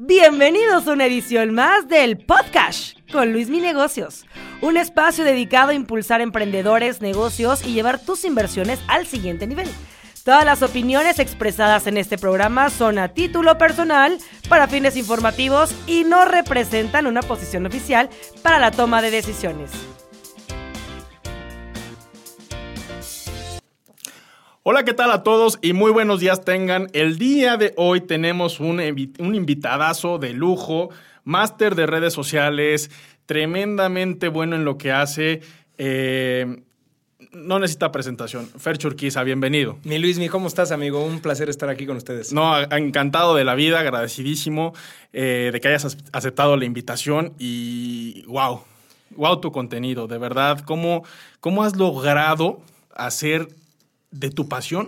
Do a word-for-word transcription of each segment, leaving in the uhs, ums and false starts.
Bienvenidos a una edición más del Podcast con Luis Mi Negocios, un espacio dedicado a impulsar emprendedores, negocios y llevar tus inversiones al siguiente nivel. Todas las opiniones expresadas en este programa son a título personal, para fines informativos y no representan una posición oficial para la toma de decisiones. Hola, ¿qué tal a todos? Y muy buenos días tengan. El día de hoy tenemos un, un invitadazo de lujo, máster de redes sociales, tremendamente bueno en lo que hace. Eh, no necesita presentación. Fercho Urquiza, bienvenido. Mi Luismi, ¿cómo estás, amigo? Un placer estar aquí con ustedes. No, encantado de la vida, agradecidísimo eh, de que hayas aceptado la invitación y wow, wow tu contenido, de verdad. ¿Cómo, cómo has logrado hacer de tu pasión,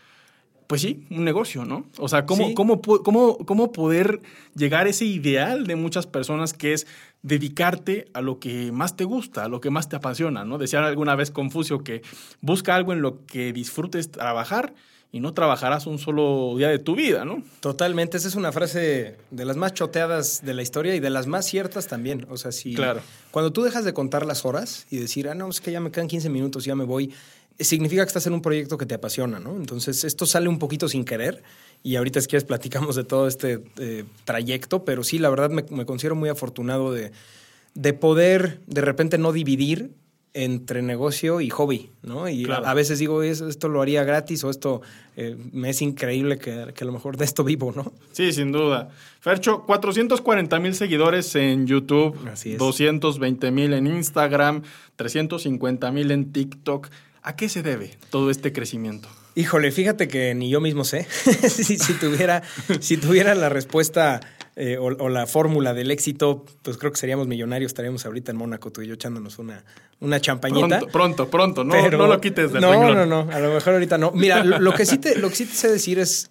pues sí, un negocio, ¿no? O sea, ¿cómo, ¿Sí? cómo, cómo, cómo poder llegar a ese ideal de muchas personas que es dedicarte a lo que más te gusta, a lo que más te apasiona, ¿no? Decía alguna vez Confucio que busca algo en lo que disfrutes trabajar y no trabajarás un solo día de tu vida, ¿no? Totalmente. Esa es una frase de las más choteadas de la historia y de las más ciertas también. O sea, si claro. Cuando tú dejas de contar las horas y decir, ah, no, es que ya me quedan quince minutos, ya me voy, significa que estás en un proyecto que te apasiona, ¿no? Entonces, esto sale un poquito sin querer y ahorita, si quieres, platicamos de todo este eh, trayecto, pero sí, la verdad, me, me considero muy afortunado de, de poder, de repente, no dividir entre negocio y hobby, ¿no? Y claro. a, a veces digo, esto lo haría gratis o esto eh, me es increíble que, que a lo mejor de esto vivo, ¿no? Sí, sin duda. Fercho, cuatrocientos cuarenta mil seguidores en YouTube, Así es. doscientos veinte mil en Instagram, trescientos cincuenta mil en TikTok. ¿A qué se debe todo este crecimiento? Híjole, fíjate que ni yo mismo sé. si, si, tuviera, si tuviera la respuesta eh, o, o la fórmula del éxito, pues creo que seríamos millonarios. Estaríamos ahorita en Mónaco, tú y yo, echándonos una, una champañita. Pronto, pronto, pronto. No, Pero, no lo quites del no, renglón. No, no, no. A lo mejor ahorita no. Mira, lo, lo, que sí te, lo que sí te sé decir es,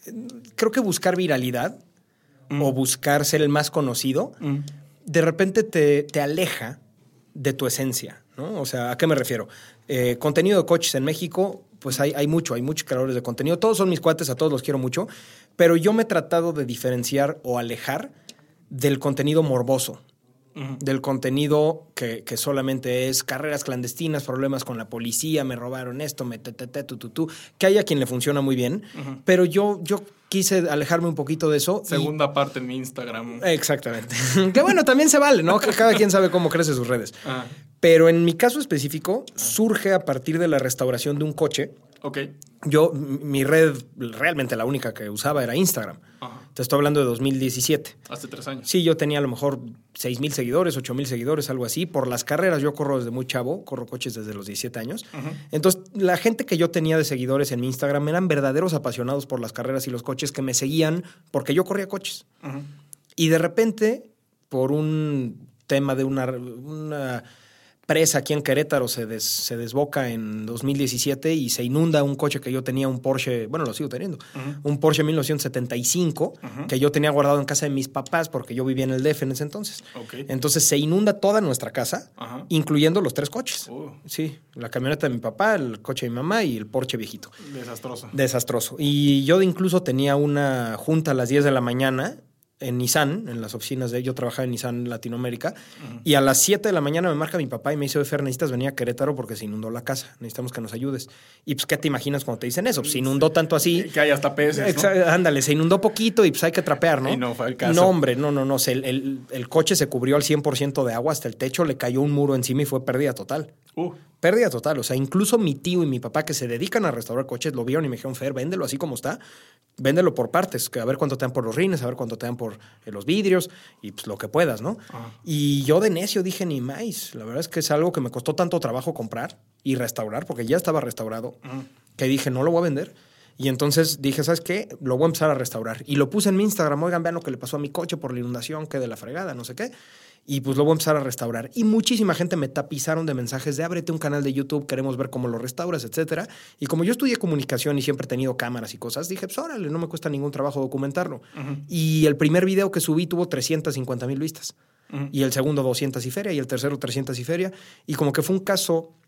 creo que buscar viralidad mm. o buscar ser el más conocido, mm. de repente te, te aleja de tu esencia, ¿no? O sea, ¿a qué me refiero? Eh, contenido de coches en México, pues hay, hay mucho, hay muchos creadores de contenido. Todos son mis cuates, a todos los quiero mucho, pero yo me he tratado de diferenciar o alejar del contenido morboso, uh-huh. del contenido que, que solamente es carreras clandestinas, problemas con la policía, me robaron esto, me te, te, te, tu, tu, tu, que hay a quien le funciona muy bien, uh-huh. pero yo, yo quise alejarme un poquito de eso. Segunda y... parte en mi Instagram. Exactamente. Que bueno, también se vale, ¿no? Que cada quien sabe cómo crece sus redes. Uh-huh. Pero en mi caso específico, surge a partir de la restauración de un coche. Ok. Yo, mi red, realmente la única que usaba era Instagram. Ajá. Te estoy hablando de dos mil diecisiete. Hace tres años. Sí, yo tenía a lo mejor seis mil seguidores, ocho mil seguidores, algo así. Por las carreras, yo corro desde muy chavo, corro coches desde los diecisiete años. Uh-huh. Entonces, la gente que yo tenía de seguidores en mi Instagram eran verdaderos apasionados por las carreras y los coches que me seguían porque yo corría coches. Uh-huh. Y de repente, por un tema de una... una presa aquí en Querétaro se, des, se desboca en dos mil diecisiete y se inunda un coche que yo tenía, un Porsche, bueno, lo sigo teniendo, uh-huh. un Porsche mil novecientos setenta y cinco uh-huh. que yo tenía guardado en casa de mis papás porque yo vivía en el D F en ese entonces. Okay. Entonces se inunda toda nuestra casa, uh-huh. incluyendo los tres coches. Uh. Sí, la camioneta de mi papá, el coche de mi mamá y el Porsche viejito. Desastroso. Desastroso. Y yo incluso tenía una junta a las diez de la mañana en Nissan, en las oficinas de... Yo trabajaba en Nissan Latinoamérica, uh-huh. y a las siete de la mañana me marca mi papá y me dice, Fer, necesitas venir a Querétaro porque se inundó la casa, necesitamos que nos ayudes. Y pues, ¿qué te imaginas cuando te dicen eso? Pues se inundó tanto así... Que hay hasta peces, ¿no? Ándale, se inundó poquito y pues hay que trapear, ¿no? Y no fue el caso. No, hombre, no, no, no. El, el, el coche se cubrió al cien por ciento de agua hasta el techo, le cayó un muro encima y fue pérdida total. Uh. Pérdida total. O sea, incluso mi tío y mi papá que se dedican a restaurar coches lo vieron y me dijeron, Fer, véndelo así como está. Véndelo por partes, que a ver cuánto te dan por los rines, a ver cuánto te dan por eh, los vidrios y pues lo que puedas, ¿no? Uh-huh. Y yo de necio dije, ni más. La verdad es que es algo que me costó tanto trabajo comprar y restaurar, porque ya estaba restaurado, uh-huh. que dije, no lo voy a vender. Y entonces dije, ¿sabes qué? Lo voy a empezar a restaurar. Y lo puse en mi Instagram. Oigan, vean lo que le pasó a mi coche por la inundación, que de la fregada, no sé qué. Y pues lo voy a empezar a restaurar. Y muchísima gente me tapizaron de mensajes de ábrete un canal de YouTube, queremos ver cómo lo restauras, etcétera. Y como yo estudié comunicación y siempre he tenido cámaras y cosas, dije, pues órale, no me cuesta ningún trabajo documentarlo. Uh-huh. Y el primer video que subí tuvo trescientas cincuenta mil vistas. Uh-huh. Y el segundo doscientas y feria. Y el tercero trescientas y feria. Y como que fue un caso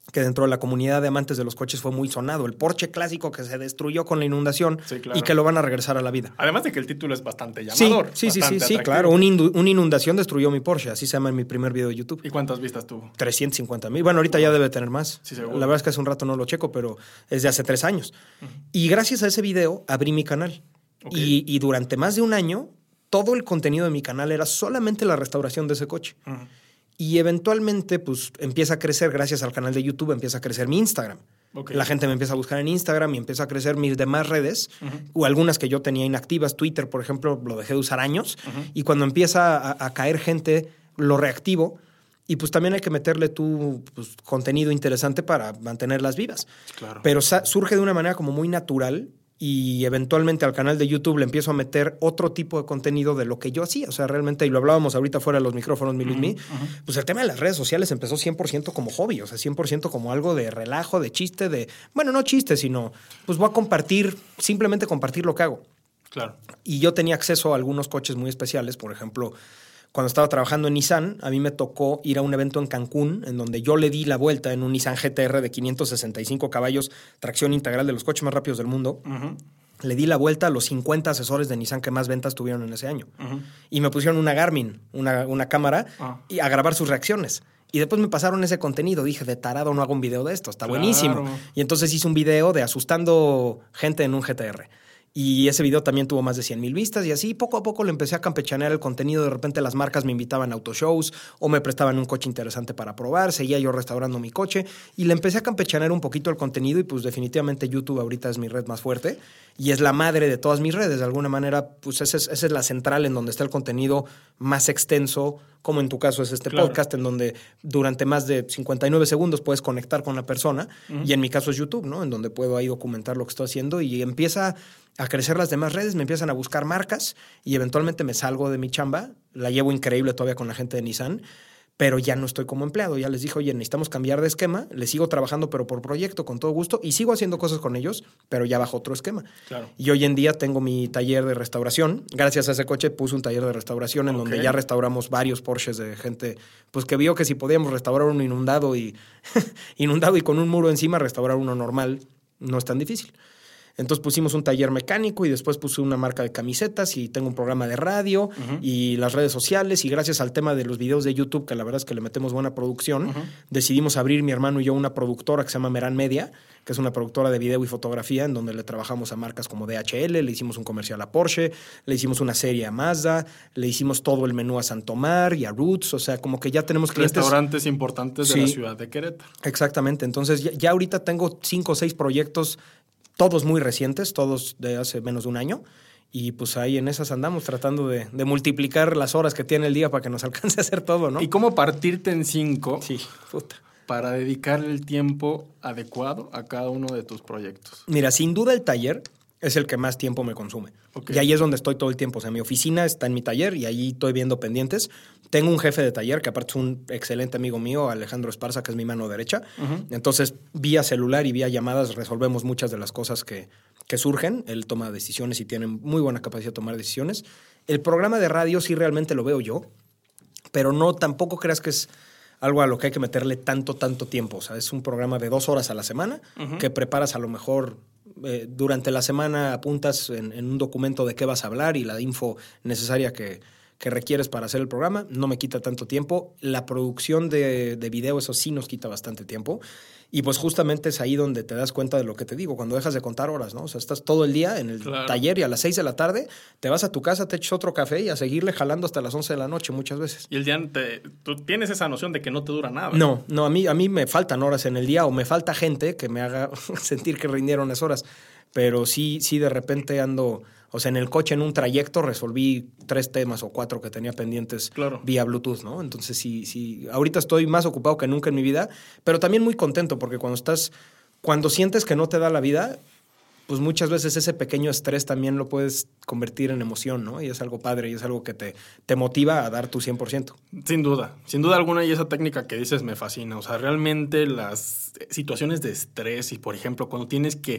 que dentro de la comunidad de amantes de los coches fue muy sonado. El Porsche clásico que se destruyó con la inundación Sí, claro. y que lo van a regresar a la vida. Además de que el título es bastante Sí, llamador. sí, sí, sí, bastante sí, atractivo. claro. Un indu- una inundación destruyó mi Porsche. Así se llama en mi primer video de YouTube. ¿Y cuántas vistas tuvo? trescientos cincuenta mil. Bueno, ahorita ya debe tener más. Sí, seguro. La verdad es que hace un rato no lo checo, pero es de hace tres años. Uh-huh. Y gracias a ese video abrí mi canal. Okay. Y, y durante más de un año, todo el contenido de mi canal era solamente la restauración de ese coche. Uh-huh. Y eventualmente, pues, empieza a crecer, gracias al canal de YouTube, empieza a crecer mi Instagram. Okay. La gente me empieza a buscar en Instagram y empieza a crecer mis demás redes, uh-huh. o algunas que yo tenía inactivas. Twitter, por ejemplo, lo dejé de usar años. Uh-huh. Y cuando empieza a, a caer gente, lo reactivo. Y pues también hay que meterle tu pues, contenido interesante para mantenerlas vivas. Claro. Pero sa- surge de una manera como muy natural. Y eventualmente al canal de YouTube le empiezo a meter otro tipo de contenido de lo que yo hacía. O sea, realmente, y lo hablábamos ahorita fuera de los micrófonos, mi Luismi, uh-huh. pues el tema de las redes sociales empezó cien por ciento como hobby. O sea, cien por ciento como algo de relajo, de chiste, de... Bueno, no chiste, sino pues voy a compartir, simplemente compartir lo que hago. Claro. Y yo tenía acceso a algunos coches muy especiales. Por ejemplo, cuando estaba trabajando en Nissan, a mí me tocó ir a un evento en Cancún, en donde yo le di la vuelta en un Nissan G T R de quinientos sesenta y cinco caballos, tracción integral, de los coches más rápidos del mundo. Uh-huh. Le di la vuelta a los cincuenta asesores de Nissan que más ventas tuvieron en ese año. Uh-huh. Y me pusieron una Garmin, una, una cámara, uh-huh. y a grabar sus reacciones. Y después me pasaron ese contenido. Dije, de tarado no hago un video de esto, está claro. buenísimo. Y entonces hice un video de asustando gente en un G T R. Y ese video también tuvo más de cien mil vistas y así poco a poco le empecé a campechanear el contenido. De repente las marcas me invitaban a autoshows o me prestaban un coche interesante para probar. Seguía yo restaurando mi coche y le empecé a campechanear un poquito el contenido y pues definitivamente YouTube ahorita es mi red más fuerte y es la madre de todas mis redes. De alguna manera, pues esa es, esa es la central en donde está el contenido más extenso, como en tu caso es este claro. podcast, en donde durante más de cincuenta y nueve segundos puedes conectar con la persona. Uh-huh. Y en mi caso es YouTube, ¿no? En donde puedo ahí documentar lo que estoy haciendo y empieza a crecer las demás redes, me empiezan a buscar marcas y eventualmente me salgo de mi chamba. La llevo increíble todavía con la gente de Nissan, pero ya no estoy como empleado. Ya les dije, oye, necesitamos cambiar de esquema. Les sigo trabajando, pero por proyecto, con todo gusto. Y sigo haciendo cosas con ellos, pero ya bajo otro esquema. Claro. Y hoy en día tengo mi taller de restauración. Gracias a ese coche puse un taller de restauración en okay. donde ya restauramos varios Porsches de gente pues que vio que si podíamos restaurar uno inundado y, inundado y con un muro encima, restaurar uno normal no es tan difícil. Entonces pusimos un taller mecánico y después puse una marca de camisetas y tengo un programa de radio uh-huh. y las redes sociales. Y gracias al tema de los videos de YouTube, que la verdad es que le metemos buena producción, uh-huh. decidimos abrir mi hermano y yo una productora que se llama Meran Media, que es una productora de video y fotografía en donde le trabajamos a marcas como D H L, le hicimos un comercial a Porsche, le hicimos una serie a Mazda, le hicimos todo el menú a Santomar y a Roots. O sea, como que ya tenemos clientes... Restaurantes importantes de sí, la ciudad de Querétaro. Exactamente. Entonces ya, ya ahorita tengo cinco o seis proyectos, todos muy recientes, todos de hace menos de un año. Y pues ahí en esas andamos tratando de, de multiplicar las horas que tiene el día para que nos alcance a hacer todo, ¿no? ¿Y cómo partirte en cinco? Sí, puta. Para dedicarle el tiempo adecuado a cada uno de tus proyectos. Mira, sin duda el taller es el que más tiempo me consume. Okay. Y ahí es donde estoy todo el tiempo. O sea, mi oficina está en mi taller y ahí estoy viendo pendientes. Tengo un jefe de taller que aparte es un excelente amigo mío, Alejandro Esparza, que es mi mano derecha. Uh-huh. Entonces, vía celular y vía llamadas resolvemos muchas de las cosas que, que surgen. Él toma decisiones y tiene muy buena capacidad de tomar decisiones. El programa de radio sí realmente lo veo yo, pero no tampoco creas que es algo a lo que hay que meterle tanto, tanto tiempo. O sea, es un programa de dos horas a la semana uh-huh. que preparas a lo mejor... Eh, durante la semana apuntas en, en un documento de qué vas a hablar y la info necesaria que, que requieres para hacer el programa. No me quita tanto tiempo. La producción de, de video, eso sí nos quita bastante tiempo. Y pues justamente es ahí donde te das cuenta de lo que te digo, cuando dejas de contar horas, ¿no? O sea, estás todo el día en el claro. taller y a las seis de la tarde te vas a tu casa, te echas otro café y a seguirle jalando hasta las once de la noche muchas veces. Y el día, te, tú tienes esa noción de que no te dura nada. No, no, a mí, a mí me faltan horas en el día o me falta gente que me haga sentir que rindieron las horas. Pero sí, sí de repente ando... O sea, en el coche, en un trayecto, resolví tres temas o cuatro que tenía pendientes claro. vía Bluetooth, ¿no? Entonces, sí, sí, ahorita estoy más ocupado que nunca en mi vida, pero también muy contento porque cuando estás, cuando sientes que no te da la vida, pues muchas veces ese pequeño estrés también lo puedes convertir en emoción, ¿no? Y es algo padre y es algo que te, te motiva a dar tu cien por ciento. Sin duda, sin duda alguna, y esa técnica que dices me fascina. O sea, realmente las situaciones de estrés y, por ejemplo, cuando tienes que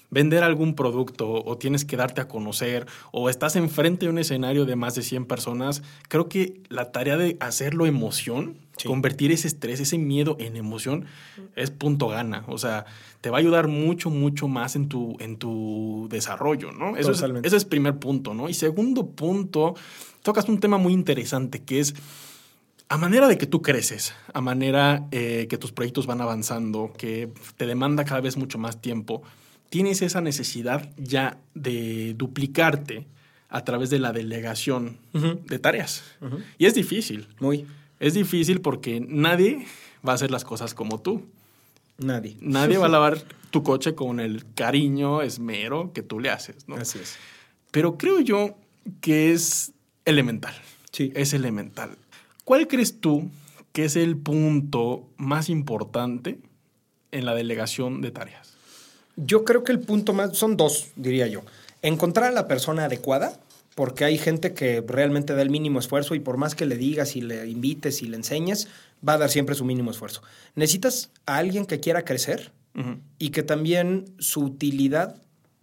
vender algún producto o tienes que darte a conocer o estás enfrente de un escenario de más de cien personas, creo que la tarea de hacerlo emoción, sí. convertir ese estrés, ese miedo en emoción, es punto gana. O sea, te va a ayudar mucho, mucho más en tu, en tu desarrollo, ¿no? Eso es, ese es primer punto, ¿no? Y segundo punto, tocas un tema muy interesante que es a manera de que tú creces, a manera eh, que tus proyectos van avanzando, que te demanda cada vez mucho más tiempo, tienes esa necesidad ya de duplicarte a través de la delegación uh-huh. de tareas. Uh-huh. Y es difícil. Muy. Es difícil porque nadie va a hacer las cosas como tú. Nadie. Nadie va a lavar tu coche con el cariño, esmero que tú le haces, ¿no? Así es. Pero creo yo que es elemental. Sí. Es elemental. ¿Cuál crees tú que es el punto más importante en la delegación de tareas? Yo creo que el punto más... Son dos, diría yo. Encontrar a la persona adecuada, porque hay gente que realmente da el mínimo esfuerzo y por más que le digas y le invites y le enseñes, va a dar siempre su mínimo esfuerzo. Necesitas a alguien que quiera crecer uh-huh. y que también su utilidad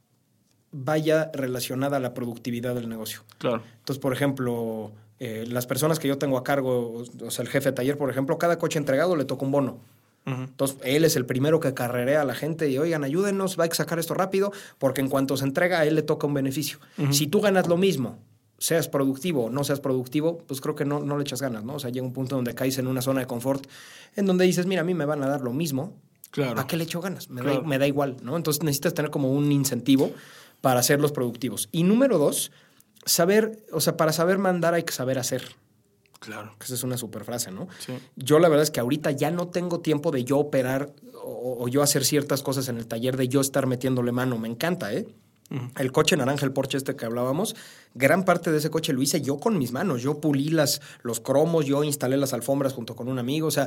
vaya relacionada a la productividad del negocio. Claro. Entonces, por ejemplo... Eh, las personas que yo tengo a cargo, o sea, el jefe de taller, por ejemplo, cada coche entregado le toca un bono. Uh-huh. Entonces, él es el primero que carrerea a la gente y, oigan, ayúdenos, va a sacar esto rápido, porque en cuanto se entrega, a él le toca un beneficio. Uh-huh. Si tú ganas lo mismo, seas productivo o no seas productivo, pues creo que no, no le echas ganas, ¿no? O sea, llega un punto donde caes en una zona de confort en donde dices, mira, a mí me van a dar lo mismo, claro. ¿a qué le echo ganas? Me, claro. da, me da igual, ¿no? Entonces, necesitas tener como un incentivo para hacerlos productivos. Y número dos, saber, o sea, para saber mandar hay que saber hacer. Claro. Esa es una super frase, ¿no? Sí. Yo la verdad es que ahorita ya no tengo tiempo de yo operar o, o yo hacer ciertas cosas en el taller, de yo estar metiéndole mano. Me encanta, ¿eh? Uh-huh. El coche naranja, el Porsche este que hablábamos, gran parte de ese coche lo hice yo con mis manos. Yo pulí las, los cromos, yo instalé las alfombras junto con un amigo. O sea,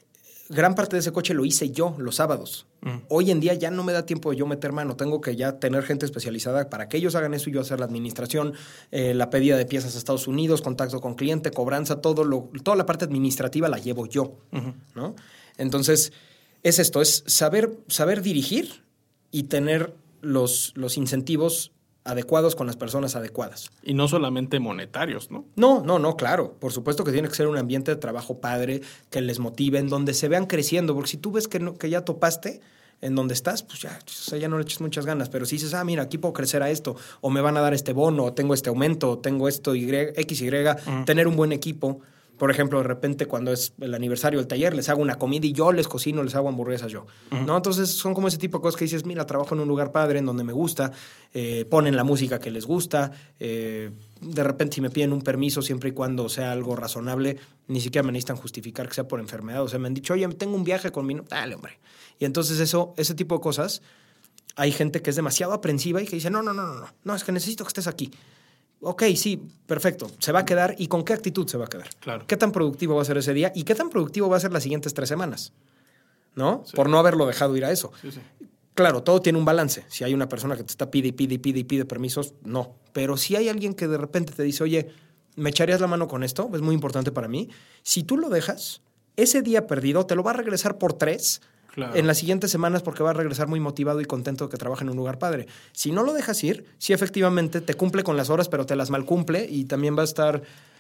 gran parte de ese coche lo hice yo los sábados. Uh-huh. Hoy en día ya no me da tiempo de yo meter mano. Tengo que ya tener gente especializada para que ellos hagan eso y yo hacer la administración, eh, la pedida de piezas a Estados Unidos, contacto con cliente, cobranza, todo lo, toda la parte administrativa la llevo yo, uh-huh. ¿no? Entonces, es esto, es saber, saber dirigir y tener los, los incentivos adecuados con las personas adecuadas. Y no solamente monetarios, ¿no? No, no, no, claro. Por supuesto que tiene que ser un ambiente de trabajo padre, que les motive, en donde se vean creciendo. Porque si tú ves que, no, que ya topaste en donde estás, pues ya, o sea, ya no le eches muchas ganas. Pero si dices, ah, mira, aquí puedo crecer a esto, o me van a dar este bono, o tengo este aumento, o tengo esto, y, X, Y, uh-huh. tener un buen equipo. Por ejemplo, de repente cuando es el aniversario del taller, les hago una comida y yo les cocino, les hago hamburguesas yo. Uh-huh. ¿No? Entonces son como ese tipo de cosas que dices, mira, trabajo en un lugar padre en donde me gusta, eh, ponen la música que les gusta, eh, de repente si me piden un permiso, siempre y cuando sea algo razonable, ni siquiera me necesitan justificar que sea por enfermedad. O sea, me han dicho, oye, tengo un viaje con mi... Dale, hombre. Y entonces eso, ese tipo de cosas, hay gente que es demasiado aprensiva y que dice, no, no, no, no, no, no, es que necesito que estés aquí. Ok, sí, perfecto. Se va a quedar. ¿Y con qué actitud se va a quedar? Claro. ¿Qué tan productivo va a ser ese día? ¿Y qué tan productivo va a ser las siguientes tres semanas? ¿No? Sí. Por no haberlo dejado ir a eso. Sí, sí. Claro, todo tiene un balance. Si hay una persona que te está pide y pide y pide y pide permisos, no. Pero si hay alguien que de repente te dice, oye, ¿me echarías la mano con esto? Es muy importante para mí. Si tú lo dejas, ese día perdido te lo va a regresar por tres... Claro. En las siguientes semanas porque va a regresar muy motivado y contento de que trabaja en un lugar padre. Si no lo dejas ir, sí efectivamente te cumple con las horas, pero te las malcumple y también va a estar,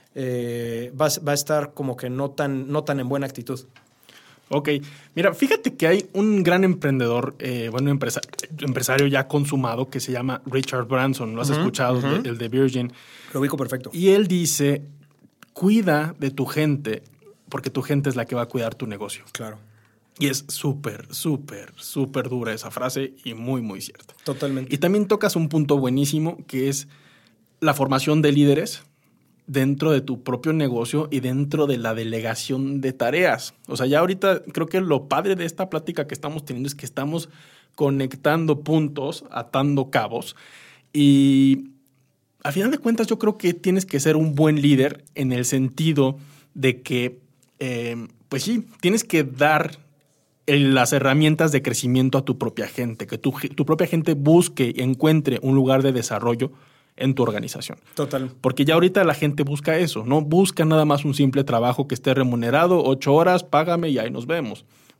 eh, va, va a estar como que no tan, no tan en buena actitud. Ok. Mira, fíjate que hay un gran emprendedor, eh, bueno, empresa, empresario ya consumado que se llama Richard Branson. ¿Lo has uh-huh, escuchado? Uh-huh. El de Virgin. Lo ubico perfecto. Y él dice, cuida de tu gente porque tu gente es la que va a cuidar tu negocio. Claro. Y es súper, súper, súper dura esa frase y muy, muy cierta. Totalmente. Y también tocas un punto buenísimo que es la formación de líderes dentro de tu propio negocio y dentro de la delegación de tareas. O sea, ya ahorita creo que lo padre de esta plática que estamos teniendo es que estamos conectando puntos, atando cabos y al final de cuentas yo creo que tienes que ser un buen líder en el sentido de que, eh, pues sí, tienes que dar las herramientas de crecimiento a tu propia gente, que tu, tu propia gente busque y encuentre un lugar de desarrollo en tu organización. Total. Porque ya ahorita la gente busca eso, no busca nada más un simple trabajo que esté remunerado, ocho horas, págame y ahí nos vemos.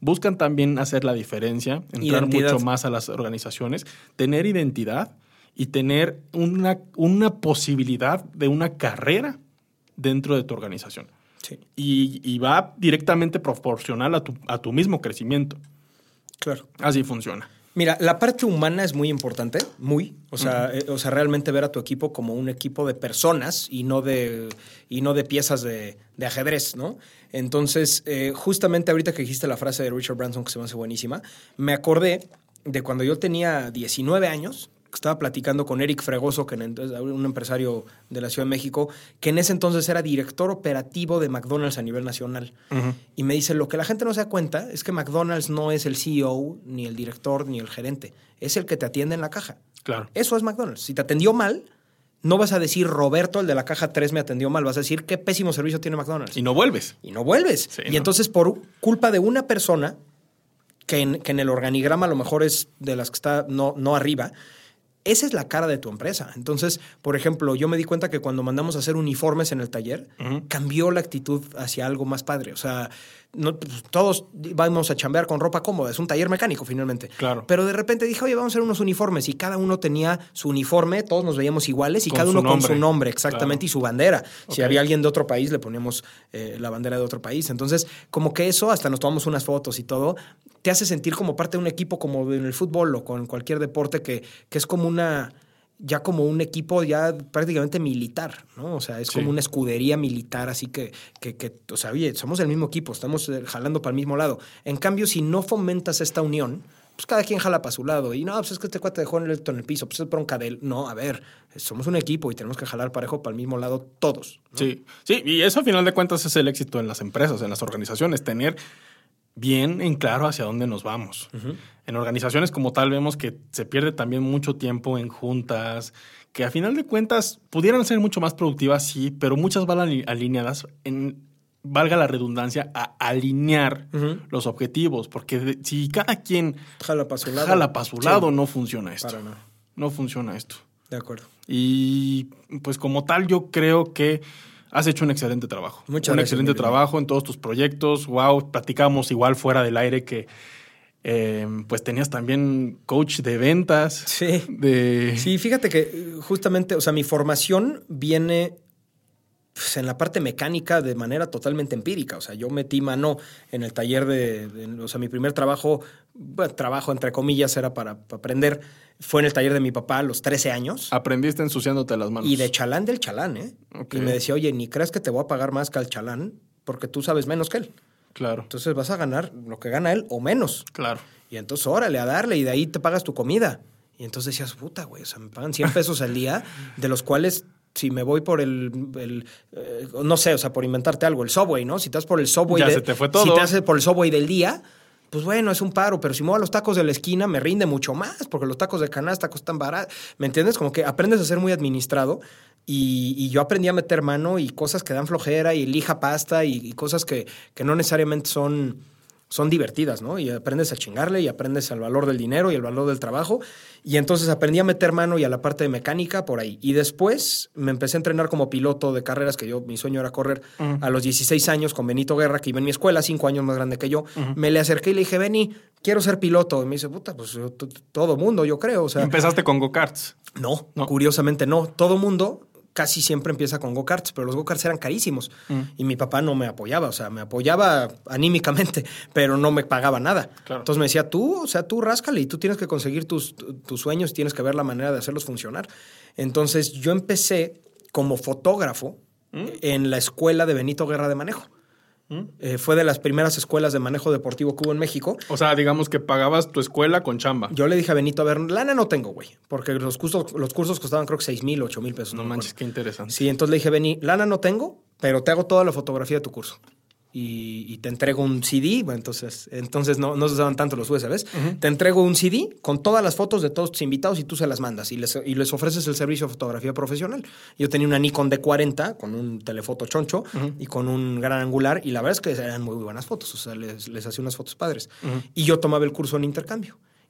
buscan también hacer la diferencia, entrar Identidad. mucho más a las organizaciones, tener identidad y tener una, una posibilidad de una carrera dentro de tu organización. Sí, Y, y va directamente proporcional a tu, a tu mismo crecimiento. claro. Así funciona. Mira, la parte humana es muy importante, muy. O sea, uh-huh. eh, o sea, realmente ver a tu equipo como un equipo de personas y no de, y no de piezas de, de ajedrez, ¿no? Entonces, eh, justamente ahorita que dijiste la frase de Richard Branson, que se me hace buenísima, me acordé de cuando yo tenía diecinueve años, que estaba platicando con Eric Fregoso, que es un empresario de la Ciudad de México, que en ese entonces era director operativo de McDonald's a nivel nacional. Uh-huh. Y me dice, lo que la gente no se da cuenta es que McDonald's no es el C E O, ni el director, ni el gerente. Es el que te atiende en la caja. Claro. Eso es McDonald's. Si te atendió mal, no vas a decir, Roberto, el de la caja tres, me atendió mal. Vas a decir, qué pésimo servicio tiene McDonald's. Y no vuelves. Y no vuelves. Sí, y no. entonces, por culpa de una persona, que en, que en el organigrama a lo mejor es de las que está no, no arriba, esa es la cara de tu empresa. Entonces, por ejemplo, yo me di cuenta que cuando mandamos a hacer uniformes en el taller, uh-huh. cambió la actitud hacia algo más padre. O sea, no, pues, todos vamos a chambear con ropa cómoda. Es un taller mecánico, finalmente. Claro. Pero de repente dije, oye, vamos a hacer unos uniformes. Y cada uno tenía su uniforme, todos nos veíamos iguales y con cada uno nombre. con su nombre, exactamente, claro. Y su bandera. Okay. Si había alguien de otro país, le poníamos eh, la bandera de otro país. Entonces, como que eso, hasta nos tomamos unas fotos y todo, te hace sentir como parte de un equipo, como en el fútbol o con cualquier deporte, que, que es como una, ya como un equipo ya prácticamente militar, ¿no? O sea, es sí. como una escudería militar, así que, que, que, o sea, oye, somos el mismo equipo, estamos jalando para el mismo lado. En cambio, si no fomentas esta unión, pues cada quien jala para su lado. Y no, pues es que este cuate dejó el en el piso, pues es bronca de él. No, a ver, somos un equipo y tenemos que jalar parejo para el mismo lado todos, ¿no? Sí, sí, y eso a final de cuentas es el éxito en las empresas, en las organizaciones, tener bien en claro hacia dónde nos vamos. Uh-huh. En organizaciones como tal vemos que se pierde también mucho tiempo en juntas, que a final de cuentas pudieran ser mucho más productivas, sí, pero muchas van alineadas en, valga la redundancia, a alinear uh-huh. los objetivos, porque de, si cada quien jala para su lado, jala para su lado sí. no funciona esto. Para nada. No funciona esto. De acuerdo. Y pues como tal yo creo que has hecho un excelente trabajo. Muchas un gracias, excelente trabajo en todos tus proyectos. Wow, platicamos igual fuera del aire que eh, pues tenías también coach de ventas. Sí. De... Sí, fíjate que justamente, o sea, mi formación viene pues, en la parte mecánica de manera totalmente empírica. O sea, yo metí mano en el taller de, de o sea, mi primer trabajo, bueno, trabajo entre comillas, era para, para aprender. Fue en el taller de mi papá a los trece años. Aprendiste ensuciándote las manos. Y de chalán del chalán, ¿eh? Okay. Y me decía, oye, ni creas que te voy a pagar más que al chalán porque tú sabes menos que él. Claro. Entonces vas a ganar lo que gana él o menos. Claro. Y entonces órale a darle y de ahí te pagas tu comida. Y entonces decías, puta, güey, o sea, me pagan cien pesos al día, de los cuales si me voy por el, el eh, no sé, o sea, por inventarte algo, el Subway, ¿no? Si te vas por el Subway... Ya de, se te fue todo. Si te haces por el Subway del día... Pues bueno, es un paro, pero si muevo a los tacos de la esquina me rinde mucho más, porque los tacos de canasta cuestan barato. ¿Me entiendes? Como que aprendes a ser muy administrado y, y yo aprendí a meter mano y cosas que dan flojera y lija pasta y, y cosas que, que no necesariamente son, son divertidas, ¿no? Y aprendes a chingarle y aprendes al valor del dinero y el valor del trabajo. Y entonces aprendí a meter mano y a la parte de mecánica por ahí. Y después me empecé a entrenar como piloto de carreras, que yo, mi sueño era correr uh-huh. a los dieciséis años con Benito Guerra, que iba en mi escuela, cinco años más grande que yo. Uh-huh. Me le acerqué y le dije, Beni, quiero ser piloto. Y me dice, puta, pues t- todo mundo, yo creo. O sea, ¿empezaste con go-karts? No, no, curiosamente no. Todo mundo casi siempre empieza con go-karts, pero los go-karts eran carísimos. Mm. Y mi papá no me apoyaba, o sea, me apoyaba anímicamente, pero no me pagaba nada. Claro. Entonces me decía, tú, o sea, tú ráscale y tú tienes que conseguir tus, tus sueños, tienes que ver la manera de hacerlos funcionar. Entonces yo empecé como fotógrafo mm. en la escuela de Benito Guerra de Manejo. ¿Mm? Eh, fue de las primeras escuelas de manejo deportivo que hubo en México. O sea, digamos que pagabas tu escuela con chamba. Yo le dije a Benito, a ver, lana no tengo, güey. Porque los cursos, los cursos costaban creo que seis mil, ocho mil pesos. No, no manches, qué interesante. Sí, entonces le dije, Beni, lana no tengo, pero te hago toda la fotografía de tu curso. Y, y te entrego un C D, bueno, entonces, entonces no, no se usaban tanto los U S Bs. Uh-huh. Te entrego un C D con todas las fotos de todos tus invitados y tú se las mandas y les, y les ofreces el servicio de fotografía profesional. Yo tenía una Nikon D cuarenta con un telefoto choncho uh-huh. y con un gran angular y la verdad es que eran muy buenas fotos, o sea, les, les hacía unas fotos padres. Uh-huh. Y yo tomaba el curso en intercambio.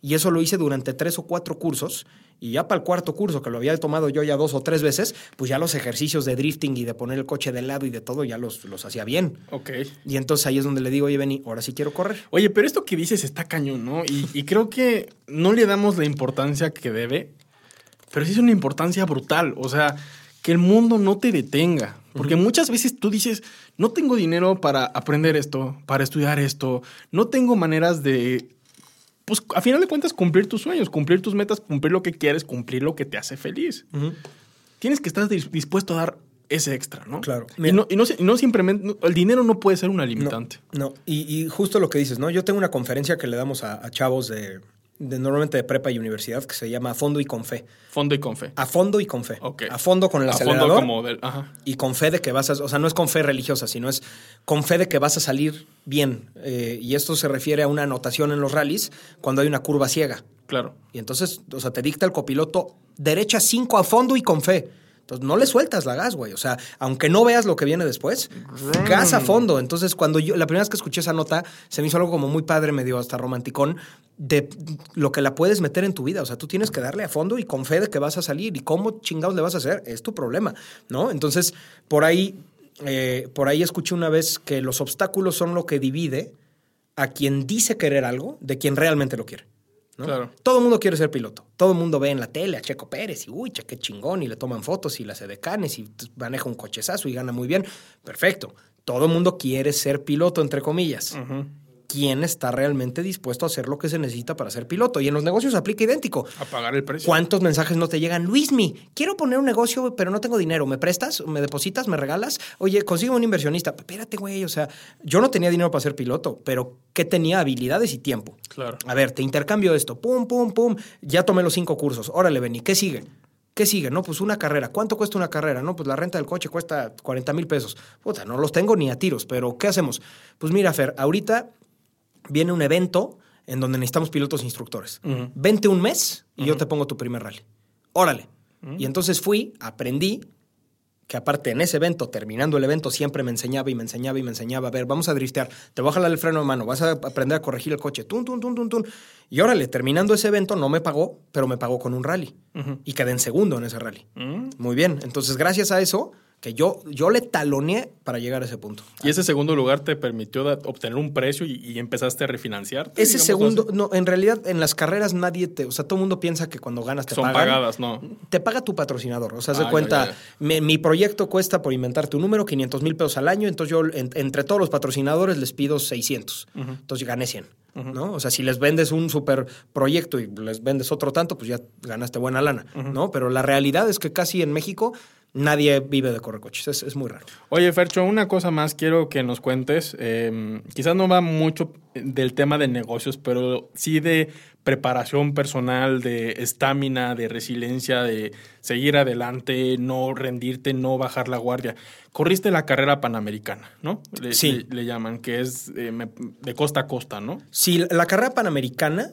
Y eso lo hice durante tres o cuatro cursos. Y ya para el cuarto curso, que lo había tomado yo ya dos o tres veces, pues ya los ejercicios de drifting y de poner el coche de lado y de todo, ya los, los hacía bien. Ok. Y entonces ahí es donde le digo, oye, Benny, ahora sí quiero correr. Oye, pero esto que dices está cañón, ¿no? Y, y creo que no le damos la importancia que debe, pero sí es una importancia brutal. O sea, que el mundo no te detenga. Porque uh-huh. muchas veces tú dices, no tengo dinero para aprender esto, para estudiar esto, no tengo maneras de... Pues a final de cuentas cumplir tus sueños, cumplir tus metas, cumplir lo que quieres, cumplir lo que te hace feliz. Uh-huh. Tienes que estar dispuesto a dar ese extra, ¿no? Claro. Y no, y no, y no simplemente... No, el dinero no puede ser una limitante. No, no. Y, y justo lo que dices, ¿no? Yo tengo una conferencia que le damos a, a chavos de, de normalmente de prepa y universidad que se llama A Fondo y con Fe. Fondo y con fe. A fondo y con fe. Okay. A fondo con el a acelerador. Fondo como del, ajá. Y con fe de que vas a... O sea, no es con fe religiosa, sino es con fe de que vas a salir bien. Eh, y esto se refiere a una anotación en los rallies cuando hay una curva ciega. Claro. Y entonces, o sea, te dicta el copiloto derecha cinco a fondo y con fe. Entonces, no le sueltas la gas, güey. O sea, aunque no veas lo que viene después, mm. gas a fondo. Entonces, cuando yo... La primera vez que escuché esa nota, se me hizo algo como muy padre, medio hasta romanticón, de lo que la puedes meter en tu vida. O sea, tú tienes que darle a fondo y con fe de que vas a salir. ¿Y cómo chingados le vas a hacer? Es tu problema, ¿no? Entonces, por ahí, eh, por ahí escuché una vez que los obstáculos son lo que divide a quien dice querer algo de quien realmente lo quiere, ¿no? Claro. Todo el mundo quiere ser piloto. Todo el mundo ve en la tele a Checo Pérez y uy, che, qué chingón, y le toman fotos y las edecanes y maneja un cochezazo y gana muy bien. Perfecto. Todo el mundo quiere ser piloto, entre comillas. Uh-huh. ¿Quién está realmente dispuesto a hacer lo que se necesita para ser piloto? Y en los negocios aplica idéntico. A pagar el precio. ¿Cuántos mensajes no te llegan? Luismi, quiero poner un negocio, pero no tengo dinero. ¿Me prestas? ¿Me depositas? ¿Me regalas? Oye, consigo un inversionista. Espérate, güey. O sea, yo no tenía dinero para ser piloto, pero ¿qué tenía? Habilidades y tiempo. Claro. A ver, te intercambio esto. Pum, pum, pum. Ya tomé los cinco cursos. Órale, Benny, ¿qué sigue? ¿Qué sigue? No, pues una carrera. ¿Cuánto cuesta una carrera? No, pues la renta del coche cuesta cuarenta mil pesos. Puta, no los tengo ni a tiros, pero ¿qué hacemos? Pues mira, Fer, ahorita viene un evento en donde necesitamos pilotos e instructores. Uh-huh. Vente un mes y uh-huh. yo te pongo tu primer rally. Órale. Uh-huh. Y entonces fui, aprendí, que aparte en ese evento, terminando el evento, siempre me enseñaba y me enseñaba y me enseñaba. A ver, vamos a driftear. Te voy a jalar el freno de mano. Vas a aprender a corregir el coche. Tun, tun, tun, tun, tun. Y órale, terminando ese evento, no me pagó, pero me pagó con un rally. Uh-huh. Y quedé en segundo en ese rally. Uh-huh. Muy bien. Entonces, gracias a eso, que yo, yo le taloneé para llegar a ese punto. ¿Y ese segundo lugar te permitió da, obtener un precio y, y empezaste a refinanciar? Ese segundo, así? No, en realidad en las carreras nadie te... O sea, todo el mundo piensa que cuando ganas te Son pagan. Son pagadas, ¿no? Te paga tu patrocinador. O sea, haz de ah, cuenta, ya, ya. Mi, mi proyecto cuesta, por inventarte un número, quinientos mil pesos al año. Entonces yo, en, entre todos los patrocinadores, les pido seiscientos. Uh-huh. Entonces gané cien. Uh-huh. ¿No? O sea, si les vendes un super proyecto y les vendes otro tanto, pues ya ganaste buena lana, uh-huh. ¿no? Pero la realidad es que casi en México nadie vive de correr coches. Es, es muy raro. Oye, Fercho, una cosa más quiero que nos cuentes. Eh, quizás no va mucho del tema de negocios, pero sí de preparación personal, de estamina, de resiliencia, de seguir adelante, no rendirte, no bajar la guardia. Corriste la carrera panamericana, ¿no? Le, sí. Le, le llaman, que es eh, de costa a costa, ¿no? Sí, la carrera panamericana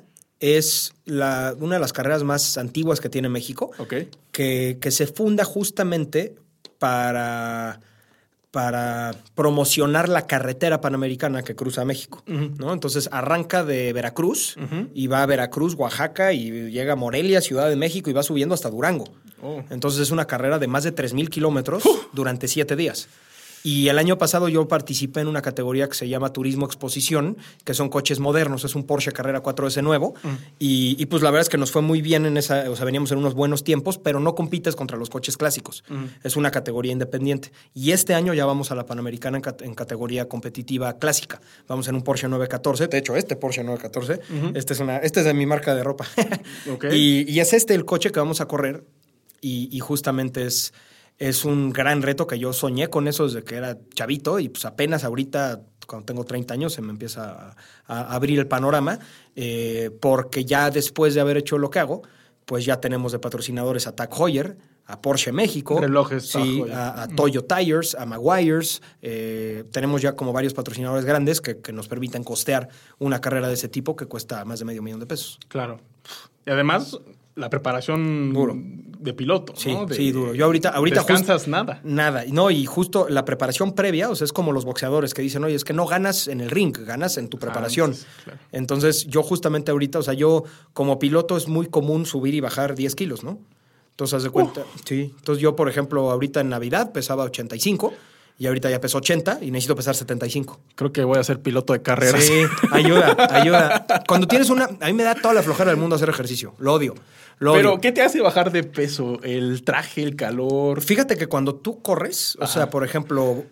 es la, una de las carreras más antiguas que tiene México, okay. que, que se funda justamente para, para promocionar la carretera panamericana que cruza México, uh-huh. ¿no? Entonces arranca de Veracruz uh-huh. y va a Veracruz, Oaxaca y llega a Morelia, Ciudad de México y va subiendo hasta Durango. Oh. Entonces es una carrera de más de tres mil kilómetros uh. durante siete días. Y el año pasado yo participé en una categoría que se llama Turismo Exposición, que son coches modernos, es un Porsche Carrera cuatro S nuevo. Mm. Y, y pues la verdad es que nos fue muy bien en esa, o sea, veníamos en unos buenos tiempos, pero no compites contra los coches clásicos. Mm. Es una categoría independiente. Y este año ya vamos a la Panamericana en, en categoría competitiva clásica. Vamos en un Porsche nueve catorce. De hecho, este Porsche nueve catorce, uh-huh. este, es una, este es de mi marca de ropa. Okay. y, y es este el coche que vamos a correr. Y, y justamente es... Es un gran reto que yo soñé con eso desde que era chavito y pues apenas ahorita, cuando tengo treinta años, se me empieza a, a abrir el panorama eh, porque ya después de haber hecho lo que hago, pues ya tenemos de patrocinadores a Tag Heuer, a Porsche México. Relojes. Sí, a, a Toyo Tires, a Maguires. Eh, tenemos ya como varios patrocinadores grandes que, que nos permiten costear una carrera de ese tipo que cuesta más de medio millón de pesos. Claro. Y además... la preparación Duro. de piloto, Sí, ¿no? De, sí, duro. Yo ahorita, ahorita descansas justo, nada. Nada. No, y justo la preparación previa, o sea, es como los boxeadores que dicen, oye, es que no ganas en el ring, ganas en tu preparación. Antes, claro. Entonces, yo justamente ahorita, o sea, yo como piloto es muy común subir y bajar diez kilos, ¿no? Entonces, haz de cuenta. Uh. Sí. Entonces, yo, por ejemplo, ahorita en Navidad pesaba ochenta y cinco y ahorita ya peso ochenta y necesito pesar setenta y cinco. Creo que voy a ser piloto de carreras. Sí, ayuda, ayuda. Cuando tienes una... A mí me da toda la flojera del mundo hacer ejercicio. Lo odio. Lo Pero, odio. ¿qué te hace bajar de peso? ¿El traje, el calor? Fíjate que cuando tú corres, Ajá. o sea, por ejemplo,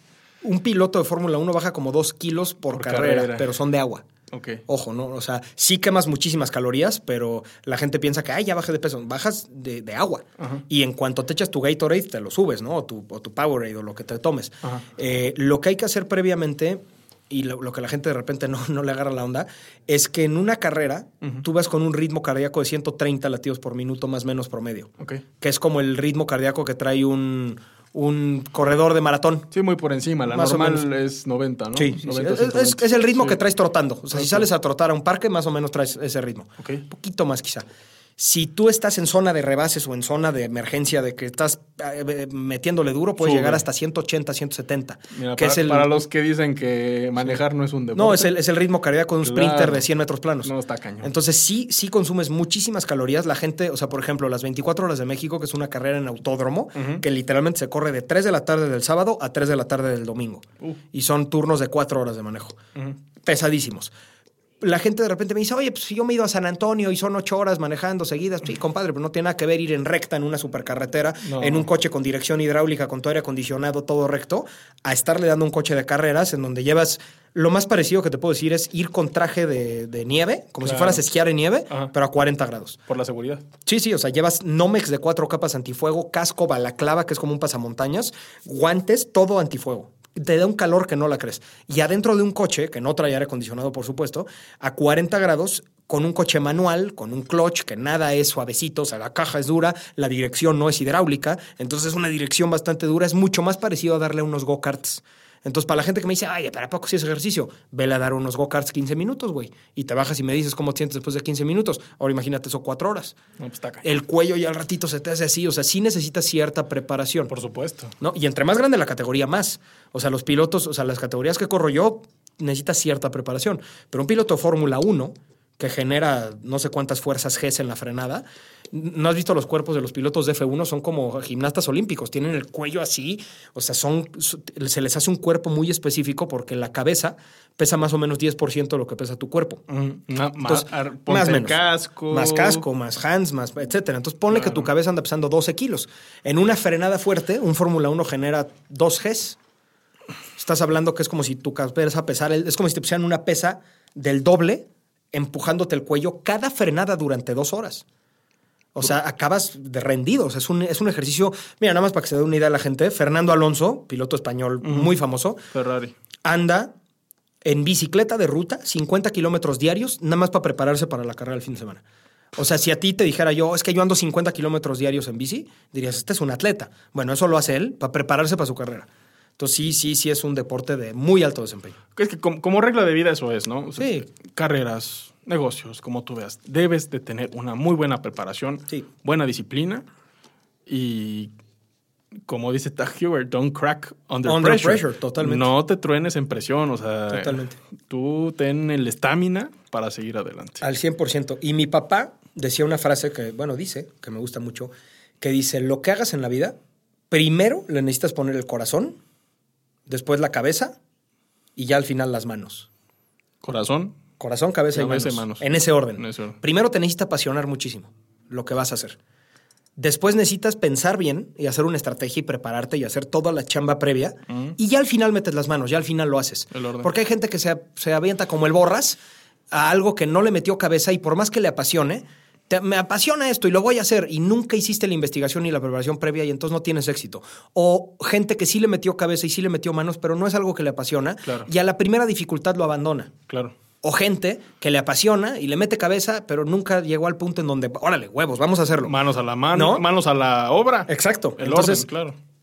un piloto de Fórmula uno baja como dos kilos por, por carrera, carrera, pero son de agua. Okay. Ojo, ¿no? O sea, sí quemas muchísimas calorías, pero la gente piensa que, ay, ya bajé de peso. Bajas de, de agua. Ajá. Y en cuanto te echas tu Gatorade, te lo subes, ¿no? O tu, o tu Powerade o lo que te tomes. Eh, lo que hay que hacer previamente, y lo, lo que la gente de repente no, no le agarra la onda, es que en una carrera uh-huh. tú vas con un ritmo cardíaco de ciento treinta latidos por minuto más o menos promedio. Okay. Que es como el ritmo cardíaco que trae un... un corredor de maratón. Sí, muy por encima. La más normal es noventa, ¿no? Sí, noventa, sí, sí. Es, es el ritmo sí. que traes trotando. O sea, okay. si sales a trotar a un parque, más o menos traes ese ritmo. Okay. Un poquito más quizá. Si tú estás en zona de rebases o en zona de emergencia, de que estás eh, metiéndole duro, puedes Sube. llegar hasta ciento ochenta, ciento setenta. Mira, que para, es el, para los que dicen que manejar no es un deporte. No, es el, es el ritmo cardíaco de un claro. sprinter de cien metros planos. No, está cañón. Entonces sí, sí consumes muchísimas calorías. La gente, o sea, por ejemplo, las veinticuatro horas de México, que es una carrera en autódromo, uh-huh. que literalmente se corre de tres de la tarde del sábado a tres de la tarde del domingo. Uh. Y son turnos de cuatro horas de manejo. Uh-huh. Pesadísimos. La gente de repente me dice, oye, pues si yo me he ido a San Antonio y son ocho horas manejando seguidas. Sí, compadre, pero no tiene nada que ver ir en recta en una supercarretera, no. en un coche con dirección hidráulica, con todo aire acondicionado, todo recto, a estarle dando un coche de carreras en donde llevas... Lo más parecido que te puedo decir es ir con traje de, de nieve, como claro. si fueras a esquiar en nieve, Ajá. pero a cuarenta grados. Por la seguridad. Sí, sí, o sea, llevas Nomex de cuatro capas antifuego, casco, balaclava, que es como un pasamontañas, guantes, todo antifuego. Te da un calor que no la crees. Y adentro de un coche, que no trae aire acondicionado, por supuesto, a cuarenta grados, con un coche manual, con un clutch, que nada es suavecito, o sea, la caja es dura, la dirección no es hidráulica, entonces es una dirección bastante dura, es mucho más parecido a darle unos go-karts. Entonces, para la gente que me dice, ay, ¿para poco si es ejercicio? Vele a dar unos go-karts quince minutos, güey. Y te bajas y me dices cómo te sientes después de quince minutos. Ahora imagínate eso cuatro horas. No, pues está el cuello ya al ratito se te hace así. O sea, sí necesitas cierta preparación. Por supuesto. ¿No? Y entre más grande la categoría, más. O sea, los pilotos, o sea, las categorías que corro yo, necesitas cierta preparación. Pero un piloto de Fórmula uno, que genera no sé cuántas fuerzas G en la frenada. ¿No has visto los cuerpos de los pilotos de F uno? Son como gimnastas olímpicos. Tienen el cuello así. O sea, son, se les hace un cuerpo muy específico porque la cabeza pesa más o menos diez por ciento de lo que pesa tu cuerpo. Mm, no, Entonces, más, más menos. casco. Más casco, más hands, más etcétera. Entonces, ponle claro. que tu cabeza anda pesando doce kilos. En una frenada fuerte, un Fórmula uno genera dos Gs. Estás hablando que es como si tu cabeza pesara... Es como si te pusieran una pesa del doble empujándote el cuello cada frenada durante dos horas. O sea, acabas de rendido. O sea, es un, es un ejercicio... Mira, nada más para que se dé una idea a la gente. Fernando Alonso, piloto español uh-huh. muy famoso. Ferrari. Anda en bicicleta de ruta, cincuenta kilómetros diarios, nada más para prepararse para la carrera del fin de semana. O sea, si a ti te dijera yo, es que yo ando cincuenta kilómetros diarios en bici, dirías, este es un atleta. Bueno, eso lo hace él para prepararse para su carrera. Entonces, sí, sí, sí es un deporte de muy alto desempeño. Es que como, como regla de vida eso es, ¿no? O sea, sí. Carreras, negocios, como tú veas. Debes de tener una muy buena preparación, sí. buena disciplina y, como dice Tag Heuer, don't crack under, under pressure. pressure. Totalmente. No te truenes en presión, o sea... Totalmente. Tú ten el estamina para seguir adelante. Al cien por ciento. Y mi papá decía una frase que, bueno, dice, que me gusta mucho, que dice, lo que hagas en la vida, primero le necesitas poner el corazón, después la cabeza y ya al final las manos. Corazón. Corazón, cabeza y manos. manos. En ese orden. En ese orden. Primero te necesita apasionar muchísimo lo que vas a hacer. Después necesitas pensar bien y hacer una estrategia y prepararte y hacer toda la chamba previa. Uh-huh. Y ya al final metes las manos, ya al final lo haces. El orden. Porque hay gente que se, se avienta como el borras a algo que no le metió cabeza y por más que le apasione... Te, me apasiona esto y lo voy a hacer y nunca hiciste la investigación ni la preparación previa y entonces no tienes éxito. O gente que sí le metió cabeza y sí le metió manos, pero no es algo que le apasiona claro. y a la primera dificultad lo abandona. Claro. O gente que le apasiona y le mete cabeza, pero nunca llegó al punto en donde, órale, huevos, vamos a hacerlo. Manos a la mano, ¿no? Manos a la obra. Exacto. El entonces, orden, claro.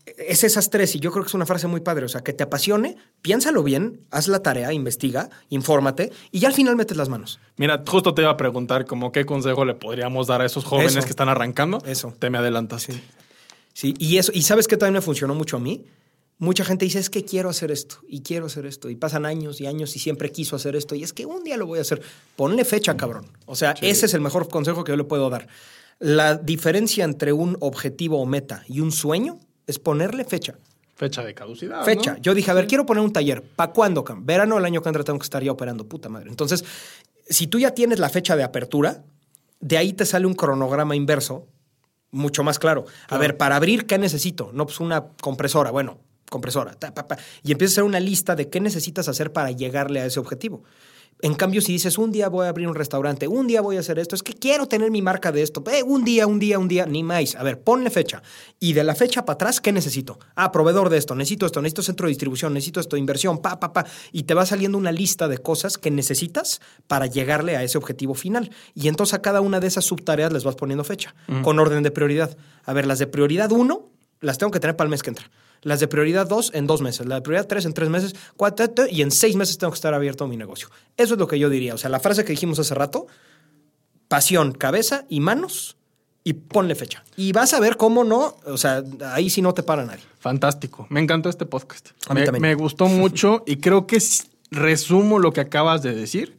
es esas tres, y yo creo que es una frase muy padre. O sea, que te apasione, piénsalo bien, haz la tarea, investiga, infórmate, y ya al final metes las manos. Mira, justo te iba a preguntar como qué consejo le podríamos dar a esos jóvenes Eso. que están arrancando. Eso. Te me adelantaste. Sí. Sí, y eso, y ¿sabes qué también me funcionó mucho a mí? Mucha gente dice, es que quiero hacer esto, y quiero hacer esto, y pasan años y años y siempre quiso hacer esto, y es que un día lo voy a hacer. Ponle fecha, cabrón. O sea, sí. Ese es el mejor consejo que yo le puedo dar. La diferencia entre un objetivo o meta y un sueño es ponerle fecha. Fecha de caducidad, Fecha. ¿no? Yo dije, a ver, Sí. quiero poner un taller. ¿Para cuándo, Cam? Verano, el año que entra tengo que estar ya operando. Puta madre. Entonces, si tú ya tienes la fecha de apertura, de ahí te sale un cronograma inverso mucho más claro. claro. A ver, para abrir, ¿qué necesito? No, pues una compresora. Bueno, compresora. Ta, pa, pa. Y empiezas a hacer una lista de qué necesitas hacer para llegarle a ese objetivo. En cambio, si dices, un día voy a abrir un restaurante, un día voy a hacer esto, es que quiero tener mi marca de esto, eh, un día, un día, un día, ni más. A ver, ponle fecha. Y de la fecha para atrás, ¿qué necesito? Ah, proveedor de esto, necesito esto, necesito centro de distribución, necesito esto, inversión, pa, pa, pa. Y te va saliendo una lista de cosas que necesitas para llegarle a ese objetivo final. Y entonces a cada una de esas subtareas les vas poniendo fecha, uh-huh. con orden de prioridad. A ver, las de prioridad uno, las tengo que tener para el mes que entra. Las de prioridad dos en dos meses. La de prioridad tres en tres meses. Cuatro, y en seis meses tengo que estar abierto a mi negocio. Eso es lo que yo diría. O sea, la frase que dijimos hace rato, pasión, cabeza y manos, y ponle fecha. Y vas a ver cómo no, o sea, ahí sí no te para nadie. Fantástico. Me encantó este podcast. A mí me, también. me gustó mucho y creo que resumo lo que acabas de decir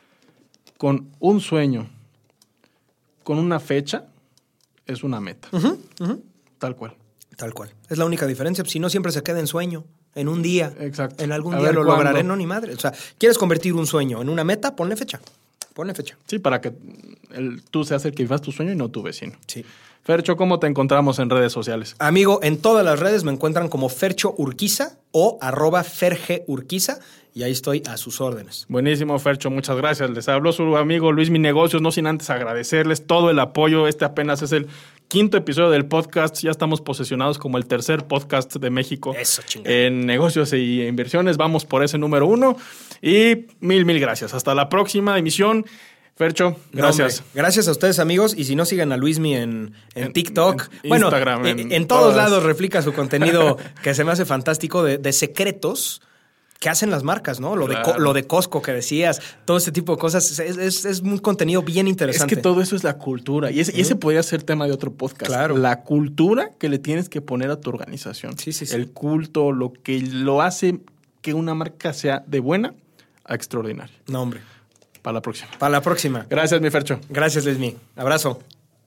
con un sueño, con una fecha, es una meta. Uh-huh, uh-huh. Tal cual. Tal cual. Es la única diferencia. Si no, siempre se queda en sueño. En un día. Exacto. En algún a día lo ¿cuándo? lograré. No, ni madre. O sea, ¿quieres convertir un sueño en una meta? Ponle fecha. Ponle fecha. Sí, para que el, tú seas el que vivas tu sueño y no tu vecino. Sí. Fercho, ¿cómo te encontramos en redes sociales? Amigo, en todas las redes me encuentran como Fercho Urquiza o arroba Ferge Urquiza. Y ahí estoy a sus órdenes. Buenísimo, Fercho, muchas gracias. Les habló su amigo Luis Mi Negocios, no sin antes agradecerles todo el apoyo. Este apenas es el quinto episodio del podcast. Ya estamos posesionados como el tercer podcast de México. Eso, chingada. En negocios e inversiones. Vamos por ese número uno. Y mil, mil gracias. Hasta la próxima emisión. Fercho, gracias. No, gracias a ustedes, amigos. Y si no, sigan a Luismi en, en, en TikTok. En bueno, Instagram. En, en, en todos todas. lados replica su contenido que se me hace fantástico de, de secretos que hacen las marcas, ¿no? Lo, claro. de, lo de Costco que decías, todo este tipo de cosas. Es, es, es un contenido bien interesante. Es que todo eso es la cultura. Y ese, ¿Mm? y ese podría ser tema de otro podcast. Claro. La cultura que le tienes que poner a tu organización. Sí, sí, sí. El culto, lo que lo hace que una marca sea de buena a extraordinaria. No, hombre. Para la próxima. Para la próxima. Gracias, mi Fercho. Gracias, Luismi. Abrazo.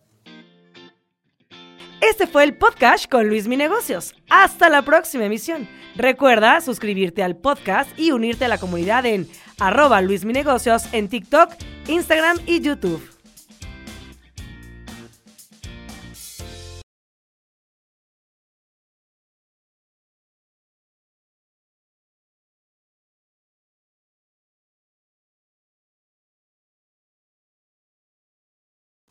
Este fue el podcast con Luis Mi Negocios. Hasta la próxima emisión. Recuerda suscribirte al podcast y unirte a la comunidad en arroba Luis Mi Negocios en TikTok, Instagram y YouTube.